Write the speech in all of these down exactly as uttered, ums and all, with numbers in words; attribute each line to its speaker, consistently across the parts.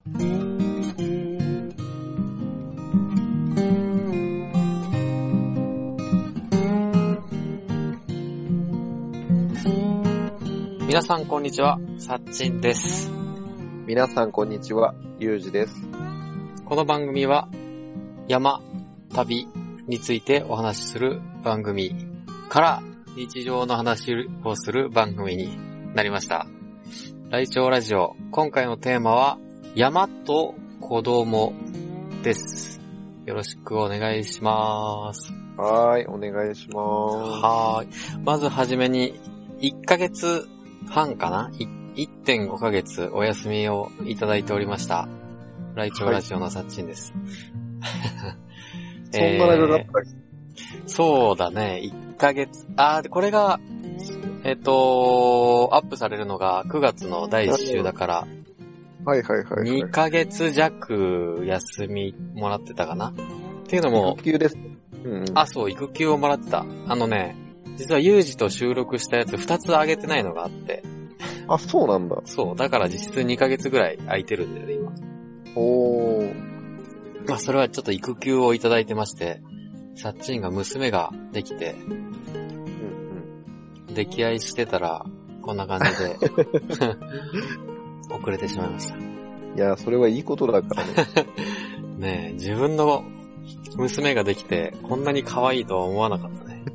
Speaker 1: 皆さんこんにちは、さっちんです。
Speaker 2: 皆さんこんにちは、ゆうじです。
Speaker 1: この番組は山、旅についてお話しする番組から日常の話をする番組になりました。ライチョウラジオ、今回のテーマは山と子供です。よろしくお願いします。
Speaker 2: はーい、お願いします。
Speaker 1: はーい。まずはじめにいっかげつはんかな いってんご ヶ月お休みをいただいておりました。ライチョウラジオのさっちんです。
Speaker 2: はい、そんな長かったっけ、
Speaker 1: えー、そうだね、いっかげつ。あー、これが、えっと、アップされるのがくがつのだいいっ週だから、
Speaker 2: はいはいはい、はい。
Speaker 1: にかげつ弱休みもらってたかなっていうのも、
Speaker 2: 育休です。うん、
Speaker 1: あ、そう、育休をもらってた。あのね、実はユージと収録したやつふたつ上げてないのがあって。
Speaker 2: あ、そうなんだ。
Speaker 1: そう、だから実質にかげつぐらい空いてるんだよね、今。
Speaker 2: おー。
Speaker 1: まあ、それはちょっと育休をいただいてまして、さっちんが娘ができて、
Speaker 2: うん
Speaker 1: うん、溺愛してたら、こんな感じで、遅れてしまいました。い
Speaker 2: や、それはいいことだからね。
Speaker 1: ねえ、自分の娘ができて、こんなに可愛いとは思わなかったね。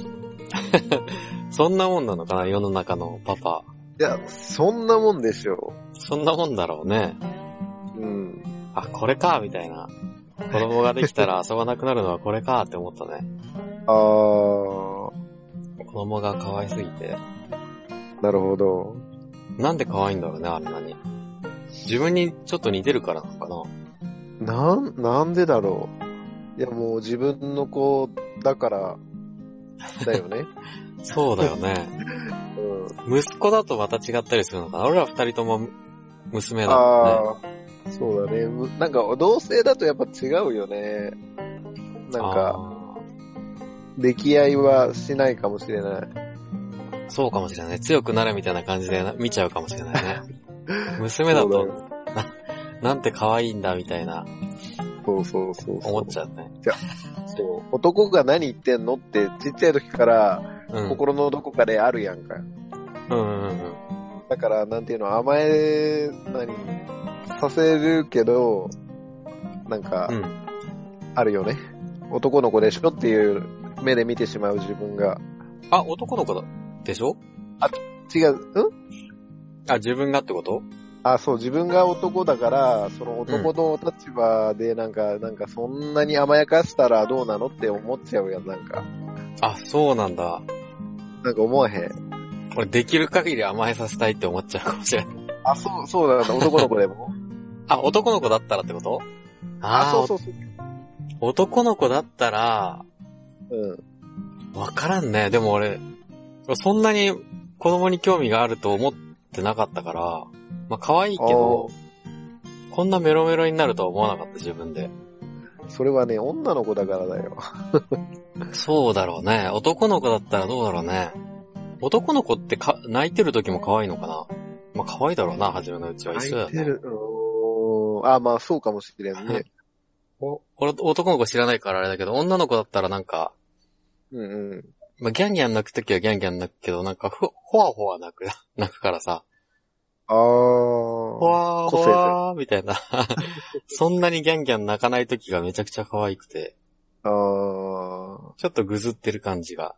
Speaker 1: そんなもんなのかな、世の中のパパ。
Speaker 2: いや、そんなもんでしょ
Speaker 1: う。そんなもんだろうね。
Speaker 2: うん。
Speaker 1: あ、これか、みたいな。子供ができたら遊ばなくなるのはこれかって思ったね。
Speaker 2: あー。子
Speaker 1: 供が可愛すぎて。
Speaker 2: なるほど。
Speaker 1: なんで可愛いんだろうね、あんなに。自分にちょっと似てるからなのか
Speaker 2: な。なん、なんでだろう。いや、もう自分の子だから、だよね。
Speaker 1: そうだよね。うん、息子だとまた違ったりするのかな。俺ら二人とも娘だもんね。あ
Speaker 2: あ、そうだね。なんか同性だとやっぱ違うよね。なんか溺愛はしないかもしれない。
Speaker 1: そうかもしれない。強くなるみたいな感じで見ちゃうかもしれないね。娘だとだな、なんて可愛いんだみたいな。
Speaker 2: そうそうそうそう。
Speaker 1: 思っちゃうね。
Speaker 2: じゃそう。男が何言ってんのってちっちゃい時から、うん、心のどこかであるやんか。
Speaker 1: うんうんうん。
Speaker 2: だからなんていうの、甘え、何、させるけど、なんか、うん、あるよね。男の子でしょっていう目で見てしまう自分が。
Speaker 1: あ、男の子だ。でしょ？
Speaker 2: あ、違う、ん？
Speaker 1: あ、自分がってこと？
Speaker 2: あ、そう、自分が男だから、その男の立場でなんか、うん、なんかそんなに甘やかしたらどうなのって思っちゃうやん、なんか。
Speaker 1: あ、そうなんだ。
Speaker 2: なんか思わへん。
Speaker 1: 俺できる限り甘えさせたいって思っちゃうかもしれない。
Speaker 2: あ、そう、そうなんだ、男の子でも。
Speaker 1: あ、男の子だったらってこと？
Speaker 2: あ、そうそうそう。
Speaker 1: 男の子だったら、
Speaker 2: うん。
Speaker 1: わからんね。でも俺、そんなに子供に興味があると思ってなかったから、まあ可愛いけど、こんなメロメロになるとは思わなかった自分で。
Speaker 2: それはね、女の子だからだよ。
Speaker 1: そうだろうね。男の子だったらどうだろうね。男の子ってか泣いてる時も可愛いのかな。まあ可愛いだろうな、初めのうちは一緒だよね。
Speaker 2: 泣いてる。あ、まあそうかもしれんね。
Speaker 1: お俺男の子知らないからあれだけど、女の子だったらなんか、
Speaker 2: うんうん。
Speaker 1: まあギャンギャン泣くときはギャンギャン泣くけど、なんかふ、ほわほわ泣く、泣くからさ。
Speaker 2: あー。ほ
Speaker 1: わー、ほわー、みたいな。そんなにギャンギャン泣かないときがめちゃくちゃ可愛くて。
Speaker 2: あー。
Speaker 1: ちょっとぐずってる感じが。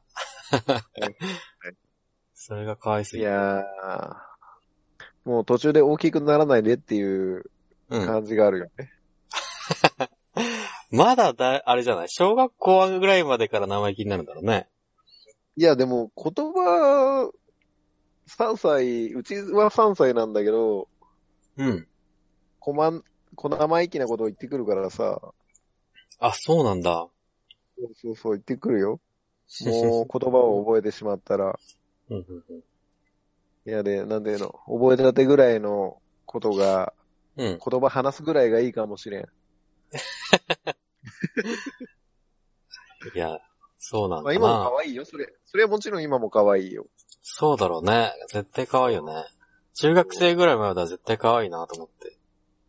Speaker 1: それが可愛すぎて。
Speaker 2: いやー。もう途中で大きくならないでっていう感じがあるよね。
Speaker 1: うん、まだだ、あれじゃない小学校ぐらいまでから生意気になるんだろうね。
Speaker 2: いや、でも言葉、さんさい、うちはさんさいなんだけど、
Speaker 1: うん。
Speaker 2: こまん、こ生意気なことを言ってくるからさ。
Speaker 1: あ、そうなんだ。
Speaker 2: そうそうそう、言ってくるよ。もう言葉を覚えてしまったら。
Speaker 1: うんうんうん、
Speaker 2: いやで、なんていうの、覚えたてぐらいのことが、うん、言葉話すぐらいがいいかもしれん。
Speaker 1: いや、そうなんだな。
Speaker 2: まあ今も可愛いよ、それ。それはもちろん今も可愛いよ。
Speaker 1: そうだろうね。絶対可愛いよね。中学生ぐらいまでは絶対可愛いなと思って。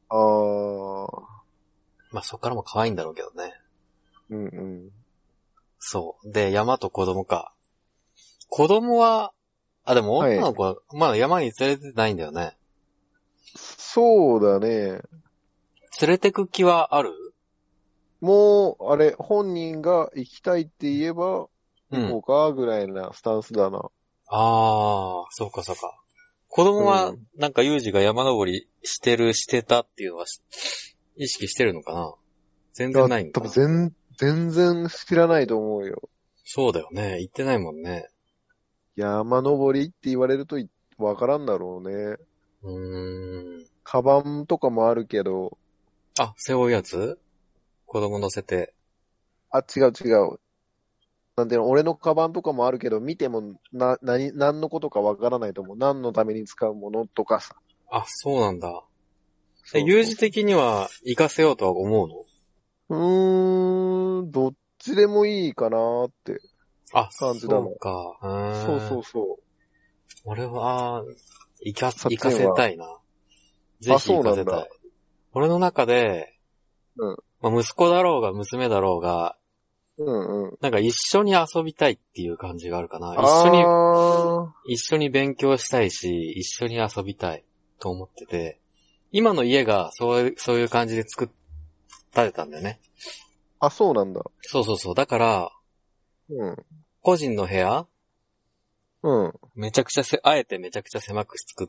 Speaker 2: あー。
Speaker 1: まあそっからも可愛いんだろうけどね。
Speaker 2: うんうん。
Speaker 1: そう。で、山と子供か。子供は、あ、でも
Speaker 2: はい。
Speaker 1: 女の子は、まだ山に連れてないんだよね。
Speaker 2: そうだね。
Speaker 1: 連れてく気はある？
Speaker 2: もう、あれ、本人が行きたいって言えば、
Speaker 1: うん。
Speaker 2: 行こうか、ぐらいなスタンスだな。
Speaker 1: ああ、そうかそうか。子供は、
Speaker 2: うん。
Speaker 1: なんかユージが山登りしてる、してたっていうのはし意識してるのかな？全然
Speaker 2: いや、
Speaker 1: ないのかな？
Speaker 2: 多分全、全然知らないと思うよ。
Speaker 1: そうだよね。行ってないもんね。
Speaker 2: 山登りって言われるといわからんだろうね。
Speaker 1: うーん。
Speaker 2: カバンとかもあるけど、
Speaker 1: あ、背負うやつ？子供乗せて。
Speaker 2: あ、違う違う。なんていうの、俺のカバンとかもあるけど、見ても、な、何、何のことかわからないと思う。何のために使うものとかさ。
Speaker 1: あ、そうなんだ。え、
Speaker 2: そうそうそ
Speaker 1: ユージ的には行かせようとは思うの？
Speaker 2: う。うーん、どっちでもいいかなーって
Speaker 1: あ、
Speaker 2: 感じだな。
Speaker 1: そうか。う
Speaker 2: そう
Speaker 1: ーん。
Speaker 2: そうそう。
Speaker 1: 俺は、行か、
Speaker 2: さっ
Speaker 1: 行か
Speaker 2: ちんは。
Speaker 1: せたいな。ぜ
Speaker 2: あ、
Speaker 1: ひ行
Speaker 2: そうなんだ。
Speaker 1: かせたい。俺の中で、
Speaker 2: うん。
Speaker 1: まあ、息子だろうが娘だろうが、
Speaker 2: うんうん。
Speaker 1: なんか一緒に遊びたいっていう感じがあるかな。一緒に、
Speaker 2: あー。
Speaker 1: 一緒に勉強したいし、一緒に遊びたいと思ってて、今の家がそういう、そういう感じで作ったれたんだよね。
Speaker 2: あ、そうなんだ。
Speaker 1: そうそうそう。だから、
Speaker 2: うん。
Speaker 1: 個人の部屋
Speaker 2: うん。
Speaker 1: めちゃくちゃせ、あえてめちゃくちゃ狭く作って、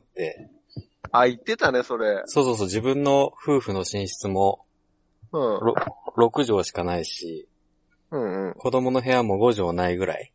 Speaker 2: あ、言ってたね、それ。
Speaker 1: そうそうそう、自分の夫婦の寝室も、
Speaker 2: うん。
Speaker 1: ろろく畳しかないし、
Speaker 2: うんうん。
Speaker 1: 子供の部屋もご畳ないぐらい。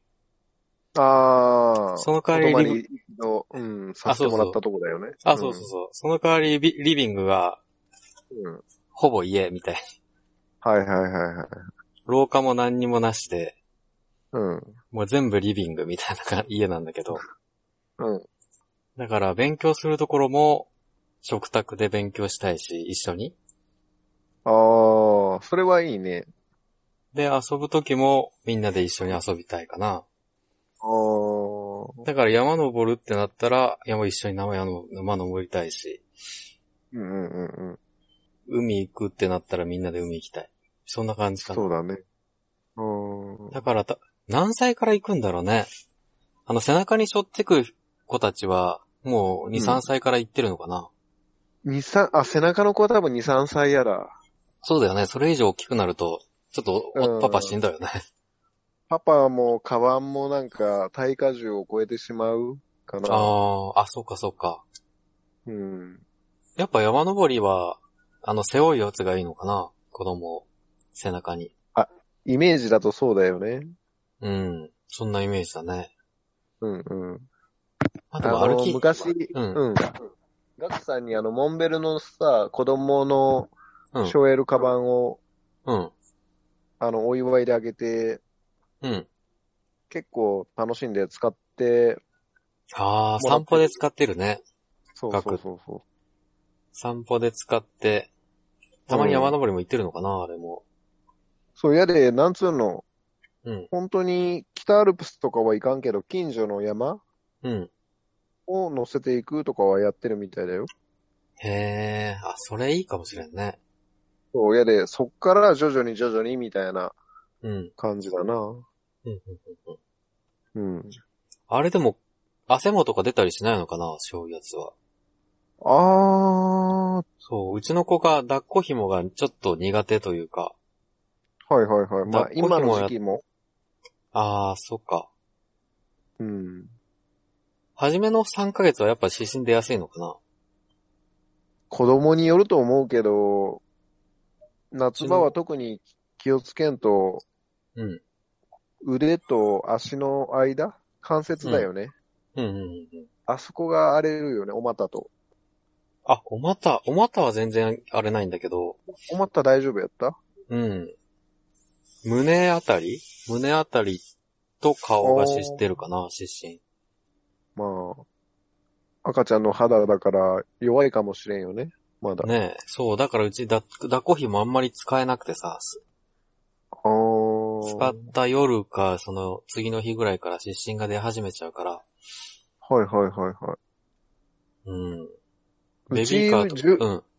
Speaker 2: あー。
Speaker 1: その代わりリブ、
Speaker 2: お泊まり一度、うん、さ
Speaker 1: あ、
Speaker 2: せてもらった
Speaker 1: そうそう。
Speaker 2: とこだよね。
Speaker 1: あ、
Speaker 2: うん。
Speaker 1: そうそうそう。その代わりリリビングが、
Speaker 2: うん。
Speaker 1: ほぼ家みたい。
Speaker 2: はいはいはいはい。
Speaker 1: 廊下も何にもなしで、
Speaker 2: うん。
Speaker 1: もう全部リビングみたいなか家なんだけど。
Speaker 2: うん。
Speaker 1: だから勉強するところも、食卓で勉強したいし、一緒に。
Speaker 2: あー、それはいいね。
Speaker 1: で、遊ぶときもみんなで一緒に遊びたいかな。
Speaker 2: あー。
Speaker 1: だから山登るってなったら、山一緒に山山登りたいし、
Speaker 2: うんうんうんうん。
Speaker 1: 海行くってなったらみんなで海行きたい。そんな感じかな。
Speaker 2: そうだね。うーん。
Speaker 1: だからた、何歳から行くんだろうね。あの背中に背負ってく子たちは、もうに、
Speaker 2: うん。
Speaker 1: さんさいから行ってるのかな。
Speaker 2: に、さん、あ、背中の子は多分に、さんさいやだ。
Speaker 1: そうだよね。それ以上大きくなると、ちょっとおパパ死
Speaker 2: うん。
Speaker 1: んだよね。
Speaker 2: パパもカバンもなんか耐荷重を超えてしまうかな。
Speaker 1: ああ、あ、そうかそうか。
Speaker 2: うん。
Speaker 1: やっぱ山登りは、あの、背負うやつがいいのかな、子供を。背中に。
Speaker 2: あ、イメージだとそうだよね。
Speaker 1: うん。そんなイメージだね。
Speaker 2: うんうん。
Speaker 1: あ、で
Speaker 2: あの、
Speaker 1: も歩き、
Speaker 2: 昔、
Speaker 1: うん、
Speaker 2: うん。ガクさんにあの、モンベルのさ、子供の
Speaker 1: うん、
Speaker 2: 背負えるカバンを、
Speaker 1: うん、
Speaker 2: あの、お祝いであげて、
Speaker 1: うん。
Speaker 2: 結構楽しんで使って
Speaker 1: ああ、
Speaker 2: もらってる。
Speaker 1: 散歩で使ってるね。
Speaker 2: そうそう
Speaker 1: ガク。
Speaker 2: そうそ
Speaker 1: 散歩で使って、
Speaker 2: う。
Speaker 1: たまに山
Speaker 2: うん。
Speaker 1: 登りも行ってるのかな、あれも。
Speaker 2: そう、やで、なんつうの、
Speaker 1: うん、
Speaker 2: 本当に北アルプスとかはいかんけど、近所の山
Speaker 1: うん。
Speaker 2: を乗せていくとかはやってるみたいだよ。
Speaker 1: へえ、あ、それいいかもしれんね。
Speaker 2: そう、やで、そっから徐々に徐々にみたいな
Speaker 1: うん。
Speaker 2: 感じだな。
Speaker 1: うん、うん、うん。
Speaker 2: うん。
Speaker 1: あれでも、汗もとか出たりしないのかな、そういうやつは。
Speaker 2: あー、
Speaker 1: そう、うちの子が抱っこ紐がちょっと苦手というか、
Speaker 2: はいはいはい。まあ、
Speaker 1: 抱っこ
Speaker 2: 今の
Speaker 1: 紐や、
Speaker 2: 時期も。
Speaker 1: ああ、そっか。
Speaker 2: うん。
Speaker 1: 初めのさんかげつはやっぱ湿疹出やすいのかな。
Speaker 2: 子供によると思うけど、
Speaker 1: う
Speaker 2: 夏場は
Speaker 1: ちの、
Speaker 2: 特に気をつけんと、
Speaker 1: うん、
Speaker 2: 腕と足の間関節
Speaker 1: うん、
Speaker 2: だよね。
Speaker 1: うん、うん、うん。
Speaker 2: あそこが荒れるよね、お股と。
Speaker 1: あ、お股、お股は全然荒れないんだけど、
Speaker 2: お股大丈夫やった？
Speaker 1: うん。胸あたり胸あたりと顔が湿ってるかな、湿疹。
Speaker 2: まあ、赤ちゃんの肌だから弱いかもしれんよね。まだ。
Speaker 1: ねえ、そう、だからうち抱抱っこ紐あんまり使えなくてさ、
Speaker 2: あー。
Speaker 1: 使った夜か、その次の日ぐらいから湿疹が出始めちゃうから、
Speaker 2: はいはいはいはい。
Speaker 1: うん。
Speaker 2: うち、
Speaker 1: ベビーカーと、
Speaker 2: じゅ、
Speaker 1: うん。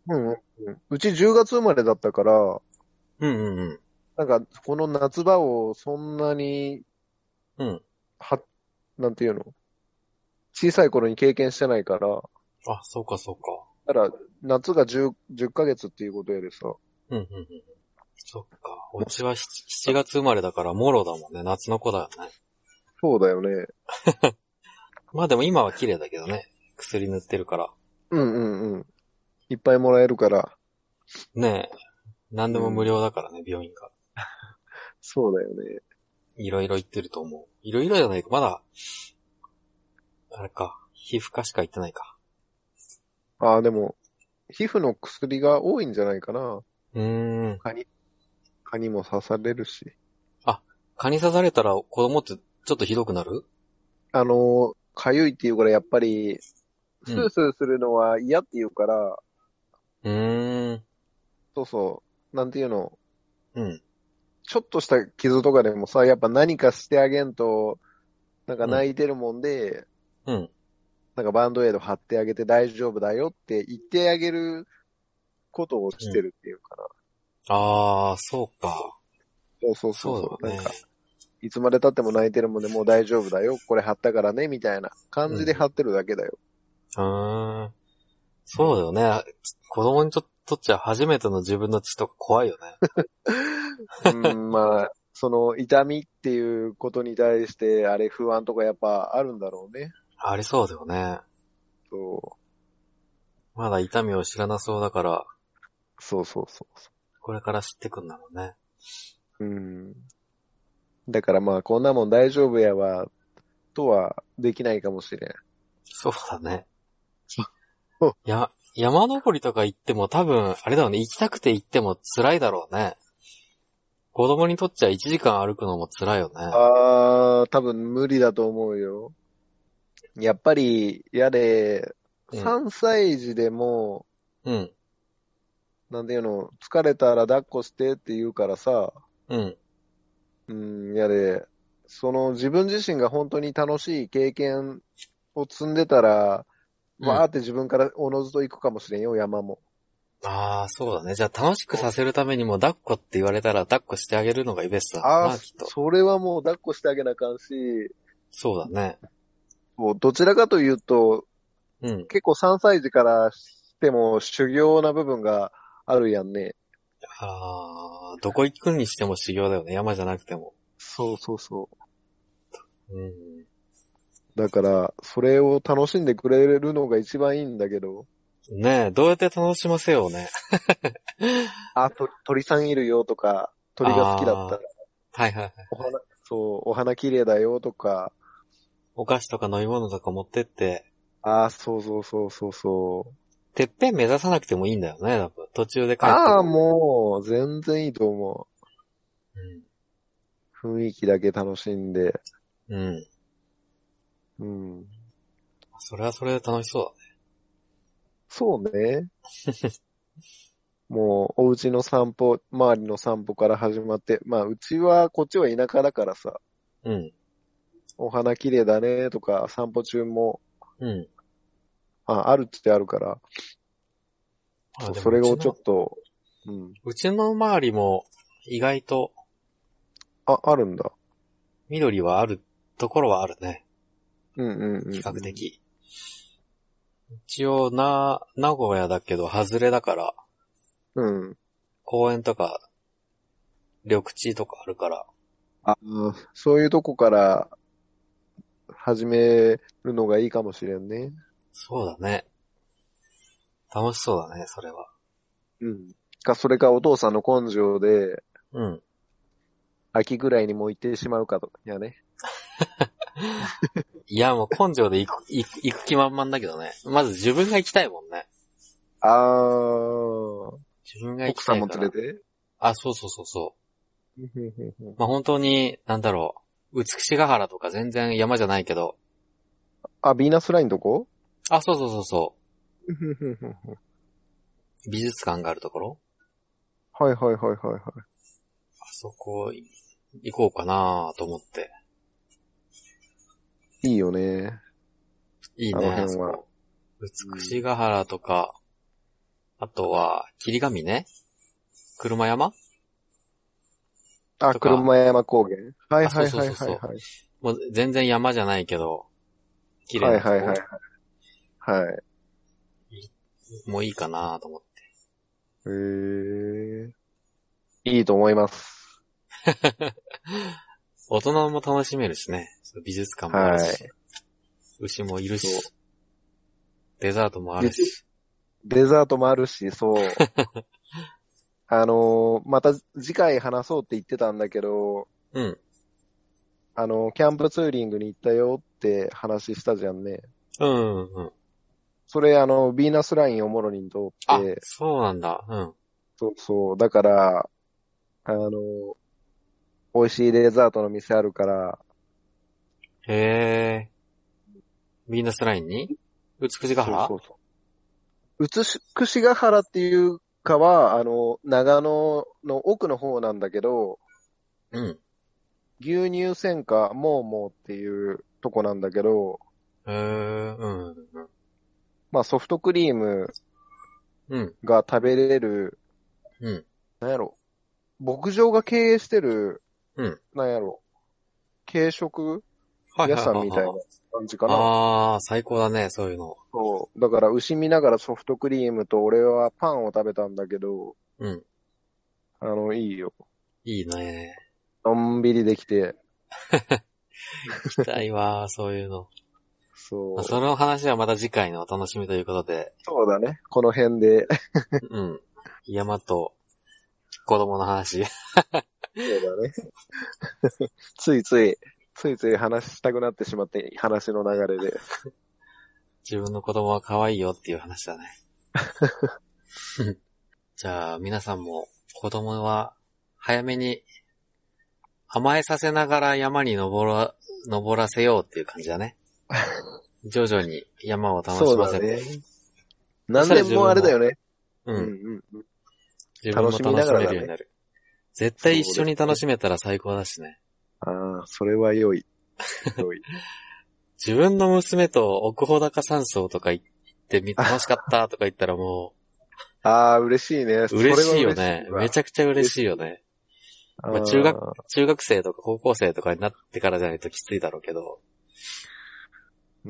Speaker 2: うんうん。うちじゅうがつ生まれだったから、
Speaker 1: うんうんうん。
Speaker 2: なんか、この夏場をそんなに、
Speaker 1: うん。
Speaker 2: は、なんていうの小さい頃に経験してないから、
Speaker 1: あ、そうかそうか。
Speaker 2: だから、夏がじゅう、じゅっかげつっていうことやでさ。
Speaker 1: うんうんうん。そっか。うちはしちがつ生まれだから、もろだもんね。夏の子だよね。
Speaker 2: そうだよね。
Speaker 1: まあでも今は綺麗だけどね。薬塗ってるから。
Speaker 2: うんうんうん。いっぱいもらえるから。
Speaker 1: ねえ。何でも無
Speaker 2: うん。
Speaker 1: 料だからね、病院が。
Speaker 2: そうだよね。
Speaker 1: いろいろ言ってると思う。いろいろじゃないか。まだ、あれか。皮膚科しか行ってないか。
Speaker 2: ああ、でも、皮膚の薬が多いんじゃないかな。
Speaker 1: うーん。
Speaker 2: 蚊に、蚊にも刺されるし。
Speaker 1: あ、蚊に刺されたら子供ってちょっとひどくなる？
Speaker 2: あの、かゆいっていうからやっぱり、
Speaker 1: うん。
Speaker 2: スースーするのは嫌って言うから、
Speaker 1: うーん。
Speaker 2: そうそう、なんていうの、
Speaker 1: うん。
Speaker 2: ちょっとした傷とかでもさ、やっぱ何かしてあげんと、なんか
Speaker 1: うん。
Speaker 2: 泣いてるもんで、
Speaker 1: うん。
Speaker 2: なんかバンドエイド貼ってあげて大丈夫だよって言ってあげることをし
Speaker 1: うん。
Speaker 2: てるっていうかな。
Speaker 1: ああ、そうか。
Speaker 2: そうそうそうそう。
Speaker 1: そうだね。
Speaker 2: なんか、いつまで経っても泣いてるもんでもう大丈夫だよ。これ貼ったからね、みたいな感じで
Speaker 1: うん。
Speaker 2: 貼ってるだけだよ。
Speaker 1: うーん。そうだよね。子供にととっちゃ初めての自分の血とか怖いよね。
Speaker 2: うん、まあ、その痛みっていうことに対して、あれ不安とかやっぱあるんだろうね。
Speaker 1: ありそうだよね。
Speaker 2: そ
Speaker 1: まだ痛みを知らなそうだから、
Speaker 2: う、そうそうそ
Speaker 1: これから知ってくんだろうね。
Speaker 2: う。うん。だからまあ、こんなもん大丈夫やわ、とはできないかもしれん。
Speaker 1: そうだね。
Speaker 2: そう。
Speaker 1: や、山登りとか行っても多分、あれだよね、行きたくて行っても辛いだろうね。子供にとっちゃいちじかん歩くのも辛いよね。
Speaker 2: ああ、多分無理だと思うよ。やっぱり、やれ、
Speaker 1: うん。
Speaker 2: さんさい児でも、
Speaker 1: うん。
Speaker 2: なんていうの、疲れたら抱っこしてって言うからさ、
Speaker 1: うん。
Speaker 2: うん、やれ、その自分自身が本当に楽しい経験を積んでたら、
Speaker 1: うん。
Speaker 2: わーって自分からおのずと行くかもしれんよ、山も。
Speaker 1: ああ、そうだね。じゃあ楽しくさせるためにも抱っこって言われたら抱っこしてあげるのがベストだ
Speaker 2: ああ、
Speaker 1: な、きっと。
Speaker 2: それはもう抱っこしてあげなあかんし、
Speaker 1: そうだね。
Speaker 2: もうどちらかというと、
Speaker 1: うん。
Speaker 2: 結構さんさい児からしても修行な部分があるやんね。
Speaker 1: ああ、どこ行くにしても修行だよね。山じゃなくても。
Speaker 2: そうそうそ
Speaker 1: うん。
Speaker 2: う。だから、それを楽しんでくれるのが一番いいんだけど、
Speaker 1: ねえ、どうやって楽しませようね。
Speaker 2: あ、と鳥さんいるよとか、鳥が好きだったら、
Speaker 1: ああ、はいはいはい。
Speaker 2: お花、そう、お花綺麗だよとか、
Speaker 1: お菓子とか飲み物とか持ってって、
Speaker 2: あ、そうそうそうそうそう。
Speaker 1: てっぺん目指さなくてもいいんだよね、多分。途中で帰って
Speaker 2: ああ、
Speaker 1: も。
Speaker 2: もう、全然いいと思
Speaker 1: うん。
Speaker 2: う。雰囲気だけ楽しんで。
Speaker 1: うん。
Speaker 2: うん。
Speaker 1: それはそれで楽しそう
Speaker 2: そうね。もう、お家の散歩、周りの散歩から始まって、まあ、うちは、こっちは田舎だからさ、
Speaker 1: だね。
Speaker 2: お花綺麗だねとか、散歩中も、
Speaker 1: うん。うん。
Speaker 2: あ、あるってあるから、
Speaker 1: あ、
Speaker 2: そう、
Speaker 1: で
Speaker 2: それをちょ
Speaker 1: もうちの、
Speaker 2: っと、うん。
Speaker 1: うちの周りも意外と
Speaker 2: あ、あるんだ。
Speaker 1: 緑はあるところはあるね。
Speaker 2: うんうんうん、
Speaker 1: 比較
Speaker 2: うん。
Speaker 1: 的。一応な、名古屋だけど外れだから、
Speaker 2: うん。
Speaker 1: 公園とか緑地とかあるから。
Speaker 2: あ、そういうとこから始めるのがいいかもしれんね。
Speaker 1: そうだね。楽しそうだね、それは。
Speaker 2: うん。か、それかお父さんの根性で、
Speaker 1: うん。
Speaker 2: 秋ぐらいにもう行ってしまうかと。いやね。
Speaker 1: いや、もう根性で行く、行く、行く気満々だけどね。まず自分が行きたいもんね。
Speaker 2: あー、
Speaker 1: 自分が行き
Speaker 2: 奥さんも
Speaker 1: たいから。
Speaker 2: 連れて。
Speaker 1: あ、そうそうそうそう。まあ、本当に、なんだろう。美しが原とか全然山じゃないけど。
Speaker 2: あ、ビーナスラインとこ？
Speaker 1: あ、そうそうそうそう。美術館があるところ。
Speaker 2: はいはいはいはいはい。
Speaker 1: あそこ行こうかなと思って。
Speaker 2: いいよね。あの
Speaker 1: いいね、あ
Speaker 2: 辺は。
Speaker 1: そこ。美しが原とか、 あとは、霧ヶ峰車山
Speaker 2: あ、車山高原。はいはいはいはい、はい。
Speaker 1: そうそうそうそう。もう全然山じゃないけど、綺麗なとこ。
Speaker 2: はいはいはいはい。はい。
Speaker 1: もういいかなと思って。
Speaker 2: へー。いいと思います。
Speaker 1: 大人も楽しめるしね。美術館もあるし。はい、牛もいるし。デザートもあるし。
Speaker 2: デザートもあるし、そう。あのー、また次回話そうって言ってたんだけど、
Speaker 1: うん。
Speaker 2: あのー、キャンプツーリングに行ったよって話したじゃんね。
Speaker 1: うんうんうん。
Speaker 2: それあの、ヴィーナスラインをもろに通って。
Speaker 1: あ、そうなんだ。うん。
Speaker 2: そうそう。だから、あのー、美味しいデザートの店あるから。
Speaker 1: へー。ヴィーナスラインに美しが原？
Speaker 2: そうそうそう。美しが原っていうかは、あの、長野の奥の方なんだけど、
Speaker 1: うん。
Speaker 2: 牛乳専科モーモーっていうとこなんだけど、
Speaker 1: へー、うん、うん。
Speaker 2: まあソフトクリームが食べれる、
Speaker 1: うん。
Speaker 2: なんやろ、牧場が経営してる、
Speaker 1: うん。
Speaker 2: なんやろ、軽食屋さんみたいな感じかな。
Speaker 1: ああ、最高だね、そういうの。
Speaker 2: そう。だから牛見ながらソフトクリームと俺はパンを食べたんだけど、
Speaker 1: うん。
Speaker 2: あの、いいよ。
Speaker 1: いいね。
Speaker 2: のんびりできて。
Speaker 1: 行きたいわ、そういうの。
Speaker 2: そう。
Speaker 1: まあ、その話はまた次回のお楽しみということで。
Speaker 2: そうだね。この辺で。
Speaker 1: うん。山と子供の話。
Speaker 2: そうだね。ついつい、ついつい話したくなってしまって、話の流れで。
Speaker 1: 自分の子供は可愛いよっていう話だね。じゃあ、皆さんも子供は早めに甘えさせながら山に登ら、登らせようっていう感じだね。徐々に山を楽しませて。そうだね。
Speaker 2: 何年もあれだよね。
Speaker 1: うん。うんうんうん、自分も楽しめるようになる。絶対一緒に楽しめたら最高だしね。
Speaker 2: ああ、それは良い。良い。
Speaker 1: 自分の娘と奥穂高山荘とか行って楽しかったとか言ったらも
Speaker 2: う。ああ、嬉しいね。
Speaker 1: 嬉しいよね。めちゃくちゃ嬉しいよね。まあ、中学、中学生とか高校生とかになってからじゃないときついだろうけど。
Speaker 2: うん、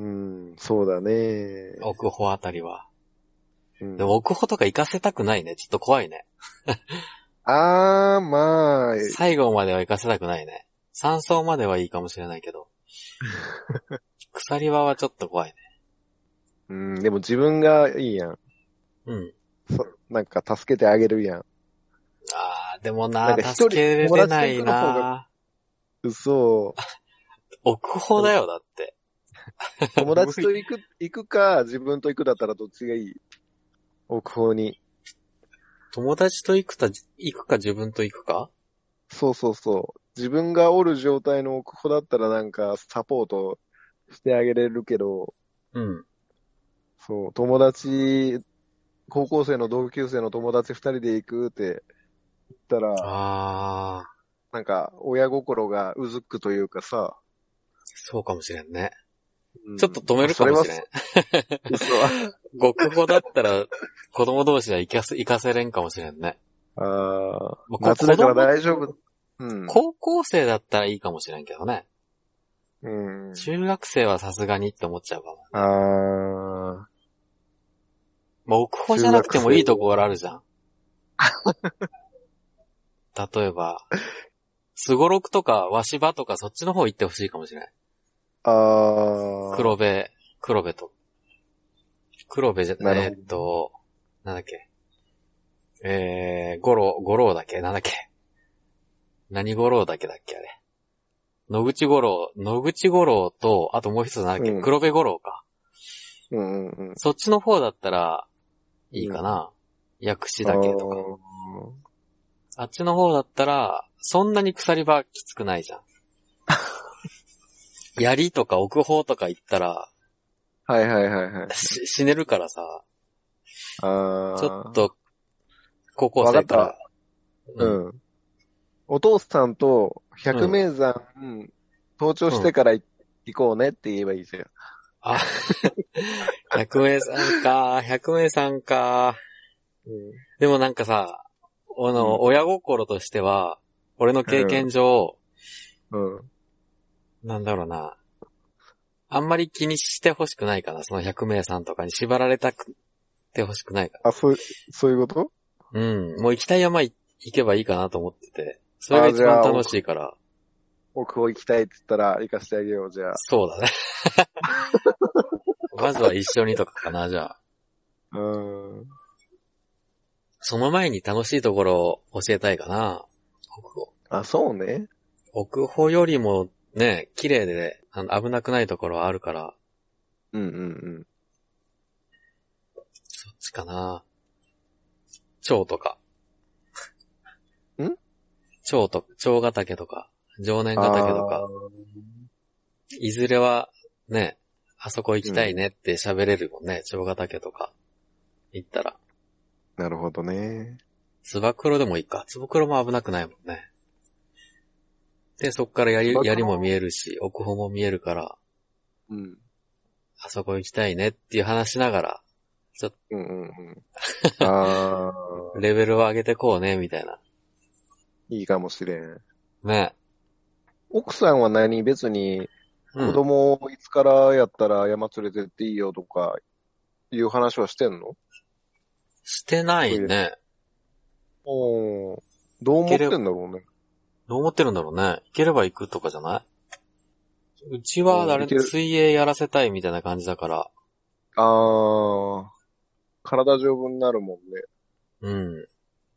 Speaker 2: そうだね。
Speaker 1: 奥穂あたりは。うん、でも奥穂とか行かせたくないね。ちょっと怖いね。
Speaker 2: あー、まあ。
Speaker 1: 最後までは行かせたくないね。山荘まではいいかもしれないけど。鎖場はちょっと怖いね。
Speaker 2: うん、でも自分がいいやん。
Speaker 1: うん。
Speaker 2: そなんか助けてあげるやん。
Speaker 1: あー、でもな、な助けれないな。
Speaker 2: 嘘。
Speaker 1: 奥穂だよ、だって。
Speaker 2: 友達と行く、行くか、自分と行くだったらどっちがいい？奥穂に。
Speaker 1: 友達と行くか、行くか自分と行くか？
Speaker 2: そうそうそう。自分がおる状態の奥穂だったらなんかサポートしてあげれるけど。
Speaker 1: うん。
Speaker 2: そう、友達、高校生の同級生の友達二人で行くって言ったら、
Speaker 1: ああ。
Speaker 2: なんか親心がうずくというかさ。
Speaker 1: そうかもしれんね。うん、ちょっと止めるかもしれん。
Speaker 2: 嘘。
Speaker 1: 極語だったら子供同士は行かせ、行かせれんかもしれんね。
Speaker 2: ああ。夏だから大丈夫。
Speaker 1: うん。高校生だったらいいかもしれんけどね。
Speaker 2: うん。
Speaker 1: 中学生はさすがにって思っちゃうかも、ね。
Speaker 2: ああ。
Speaker 1: まあ、奥穂じゃなくてもいいところあるじゃん。例えば、スゴロクとかワシバとかそっちの方行ってほしいかもしれない。
Speaker 2: ああ。
Speaker 1: 黒部、黒部と。黒部じゃ、えー、っと、なんだっけ。えー、ゴロ、ゴローだっけなんだっけ。何ゴローだっけだっけあれ。野口五郎、野口五郎と、あともう一つなんだっけ、うん、黒部五郎か。
Speaker 2: うんうんうん。
Speaker 1: そっちの方だったら、いいかな。うん、薬師だけとか。あっちの方だったら、そんなに鎖場きつくないじゃん。槍とか奥方とか行ったら、
Speaker 2: はいはいはいはい。
Speaker 1: し死ねるからさ。
Speaker 2: あ
Speaker 1: ちょっと、高校生から。
Speaker 2: うん、うん。お父さんと百名山、うん、登頂してから行こうねって言えばいいじゃん。
Speaker 1: あ、百名山か、百名山か。
Speaker 2: うん、
Speaker 1: でもなんかさ、あの、うん、親心としては、俺の経験上、うん。うん、なんだろうな。あんまり気にしてほしくないかな。その百名山とかに縛られたくてほしくないかな。
Speaker 2: あ、そう、そういうこと？
Speaker 1: うん。もう行きたい山行けばいいかなと思ってて。それが一番楽しいから。
Speaker 2: 奥を行きたいって言ったら行かせてあげよう、じゃあ。
Speaker 1: そうだね。まずは一緒にとかかな、じゃあ。
Speaker 2: うーん。
Speaker 1: その前に楽しいところを教えたいかな。奥穂。
Speaker 2: あ、そうね。
Speaker 1: 奥穂よりもね、綺麗であの危なくないところはあるから。
Speaker 2: うんうんうん。
Speaker 1: そっちかな。蝶とか。
Speaker 2: ん？
Speaker 1: 蝶と、蝶ヶ岳とか、常年ヶ岳とか。いずれはね、あそこ行きたいねって喋れるもんね、蝶ヶ岳とか。行ったら。
Speaker 2: なるほどね。
Speaker 1: つば九郎でもいいか。つば九郎も危なくないもんね。で、そっから槍、槍も見えるし、奥穂も見えるから。
Speaker 2: うん。
Speaker 1: あそこ行きたいねっていう話しながら、ちょっと、
Speaker 2: うんうんうん。あ
Speaker 1: ーレベルを上げてこうね、みたいな。
Speaker 2: いいかもしれん。
Speaker 1: ね。
Speaker 2: 奥さんは何別に、子供いつからやったら山連れてっていいよとか、いう話はしてんの？
Speaker 1: してないね。
Speaker 2: おー。どう思ってんだろうね。
Speaker 1: どう思ってるんだろうね。行ければ行くとかじゃない？うちは誰、水泳やらせたいみたいな感じだから。
Speaker 2: あー。体丈夫になるもんね。
Speaker 1: うん。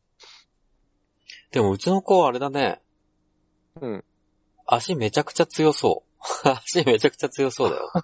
Speaker 1: でもうちの子はあれだね。
Speaker 2: うん。
Speaker 1: 足めちゃくちゃ強そう。足めちゃくちゃ強そうだよ。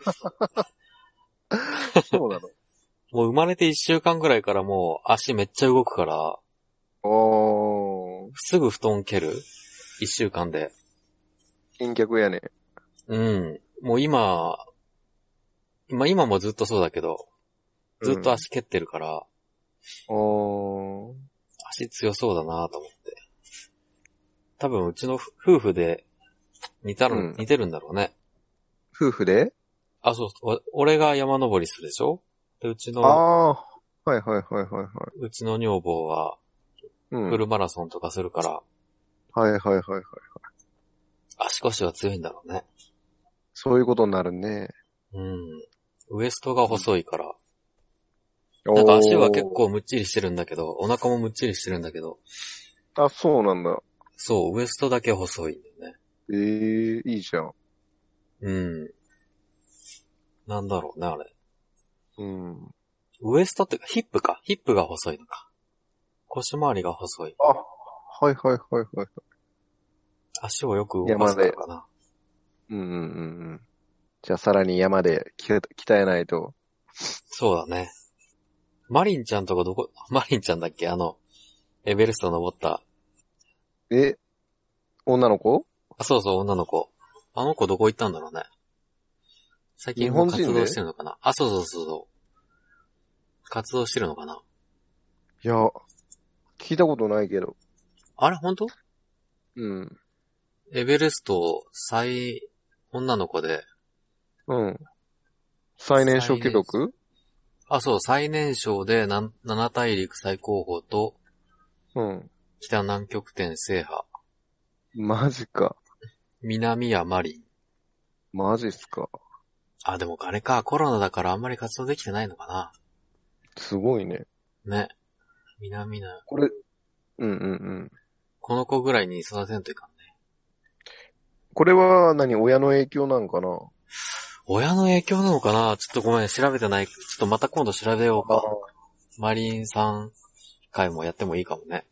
Speaker 2: そうなの？
Speaker 1: もう生まれて一週間ぐらいからもう足めっちゃ動くから。
Speaker 2: おー。
Speaker 1: すぐ布団蹴る？一週間で。
Speaker 2: 陰脚やね。
Speaker 1: うん。もう今、まあ今もずっとそうだけど、ずっと足蹴ってるから、
Speaker 2: うん、おー。
Speaker 1: 足強そうだなと思って。多分うちの夫婦で似たる、うん、似てるんだろうね。
Speaker 2: 夫婦で？
Speaker 1: あ、そうそう。俺が山登りするでしょ？で、うちの、
Speaker 2: ああ、はいはいはいはいはい。
Speaker 1: うちの女房は、フルマラソンとかするから、
Speaker 2: うん、はいはいはいはい。
Speaker 1: 足腰は強いんだろうね。
Speaker 2: そういうことになるね。
Speaker 1: うん。ウエストが細いから。うん、なんか足は結構むっちりしてるんだけど、お腹もむっちりしてるんだけど。
Speaker 2: あ、そうなんだ。
Speaker 1: そう、ウエストだけ細いんだよね。
Speaker 2: ええー、いいじゃん。
Speaker 1: うん。なんだろうね、あれ。
Speaker 2: うん。
Speaker 1: ウエストってか、ヒップか。ヒップが細いのか。腰回りが細い。
Speaker 2: あ、はいはいはいはい。
Speaker 1: 足をよく動かすからかな。
Speaker 2: うんうんうんうん。じゃあさらに山で鍛えないと。
Speaker 1: そうだね。マリンちゃんとかどこ、マリンちゃんだっけ？あの、エベレスト登った。
Speaker 2: え、女の子？
Speaker 1: あ、そうそう、女の子。あの子どこ行ったんだろうね。最近も活動してるのかな？あ、そうそうそうそう。活動してるのかな？
Speaker 2: いや、聞いたことないけど。
Speaker 1: あれ、本当？
Speaker 2: うん。
Speaker 1: エベレスト最、女の子で。
Speaker 2: うん。最年少記録？
Speaker 1: あ、そう、最年少でなな大陸最高峰と、
Speaker 2: うん。
Speaker 1: 北南極点制覇。
Speaker 2: マジか。
Speaker 1: 南やマリン。
Speaker 2: マジっすか。
Speaker 1: あ、でもあれか、コロナだからあんまり活動できてないのかな。
Speaker 2: すごいね。
Speaker 1: ね。南な。
Speaker 2: これ、うんうんうん。
Speaker 1: この子ぐらいに育てんといかんね。
Speaker 2: これは何？親の影響なんかな？
Speaker 1: 親の影響なのかな？ちょっとごめん、調べてない。ちょっとまた今度調べようか。マリンさん回もやってもいいかもね。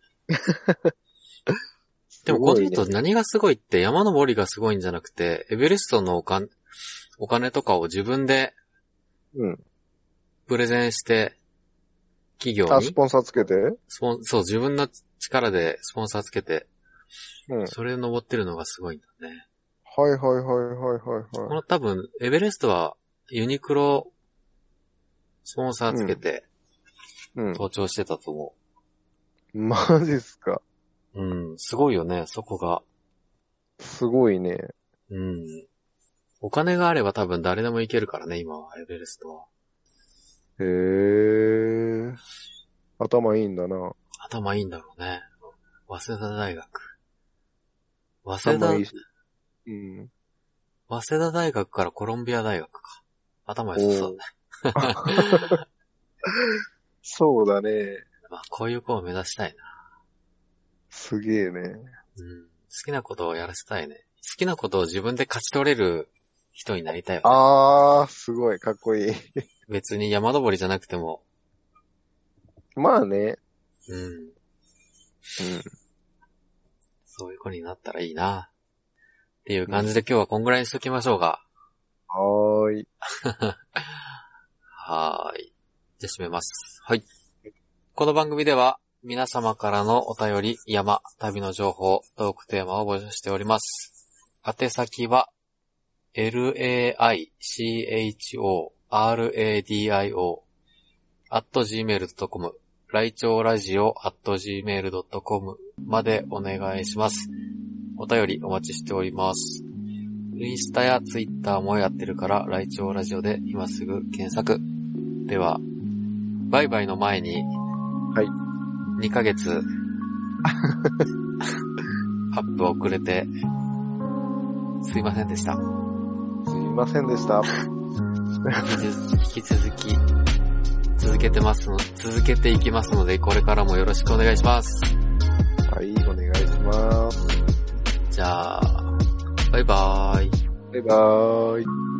Speaker 1: でもこの人何がすごいって山登りがすごいんじゃなくて、エベレストのお金、お金とかを自分で、
Speaker 2: うん。
Speaker 1: プレゼンして、企業に。
Speaker 2: あ、スポンサーつけて？
Speaker 1: スポン、そう、自分の力でスポンサーつけて、
Speaker 2: うん。
Speaker 1: それで登ってるのがすごいんだね。
Speaker 2: はいはいはいはいはいはい。
Speaker 1: この多分、エベレストはユニクロスポンサーつけて、うん。登頂してたと思
Speaker 2: う。マジっすか。
Speaker 1: うん、すごいよね、そこが。
Speaker 2: すごいね。
Speaker 1: うん。お金があれば多分誰でも行けるからね、今は、エベレストは。
Speaker 2: へー。 頭いいんだな。
Speaker 1: 頭いいんだろうね。早稲田大学。早稲田、いいうん。早稲田大学からコロンビア大学か。頭良さそうだね。
Speaker 2: そうだね。
Speaker 1: まあ、こういう子を目指したいな。
Speaker 2: すげえね。
Speaker 1: うん。好きなことをやらせたいね。好きなことを自分で勝ち取れる人になりたいよね。
Speaker 2: あー、すごい、かっこいい。
Speaker 1: 別に山登りじゃなくても。
Speaker 2: まあね。
Speaker 1: うん。うん。そういう子になったらいいな。っていう感じで今日はこんぐらいにしときましょうか。
Speaker 2: はーい。
Speaker 1: はーい。じゃあ締めます。はい。この番組では皆様からのお便り、山、旅の情報、トークテーマを募集しております。宛先は、ライチョウラディオ アットジーメールドットコム ライチョウラジオ アットジーメールドットコム までお願いします。お便りお待ちしております。インスタやツイッターもやってるから、ライチョウラジオで今すぐ検索。では、バイバイの前に、
Speaker 2: はい。
Speaker 1: にかげつ、アップ遅れて、すいませんでした。
Speaker 2: すいませんでした。
Speaker 1: 引き続き、続けてますの、続けていきますので、これからもよろしくお願いします。
Speaker 2: はい、お願いします。
Speaker 1: じゃあ、バイバーイ。
Speaker 2: バイバーイ。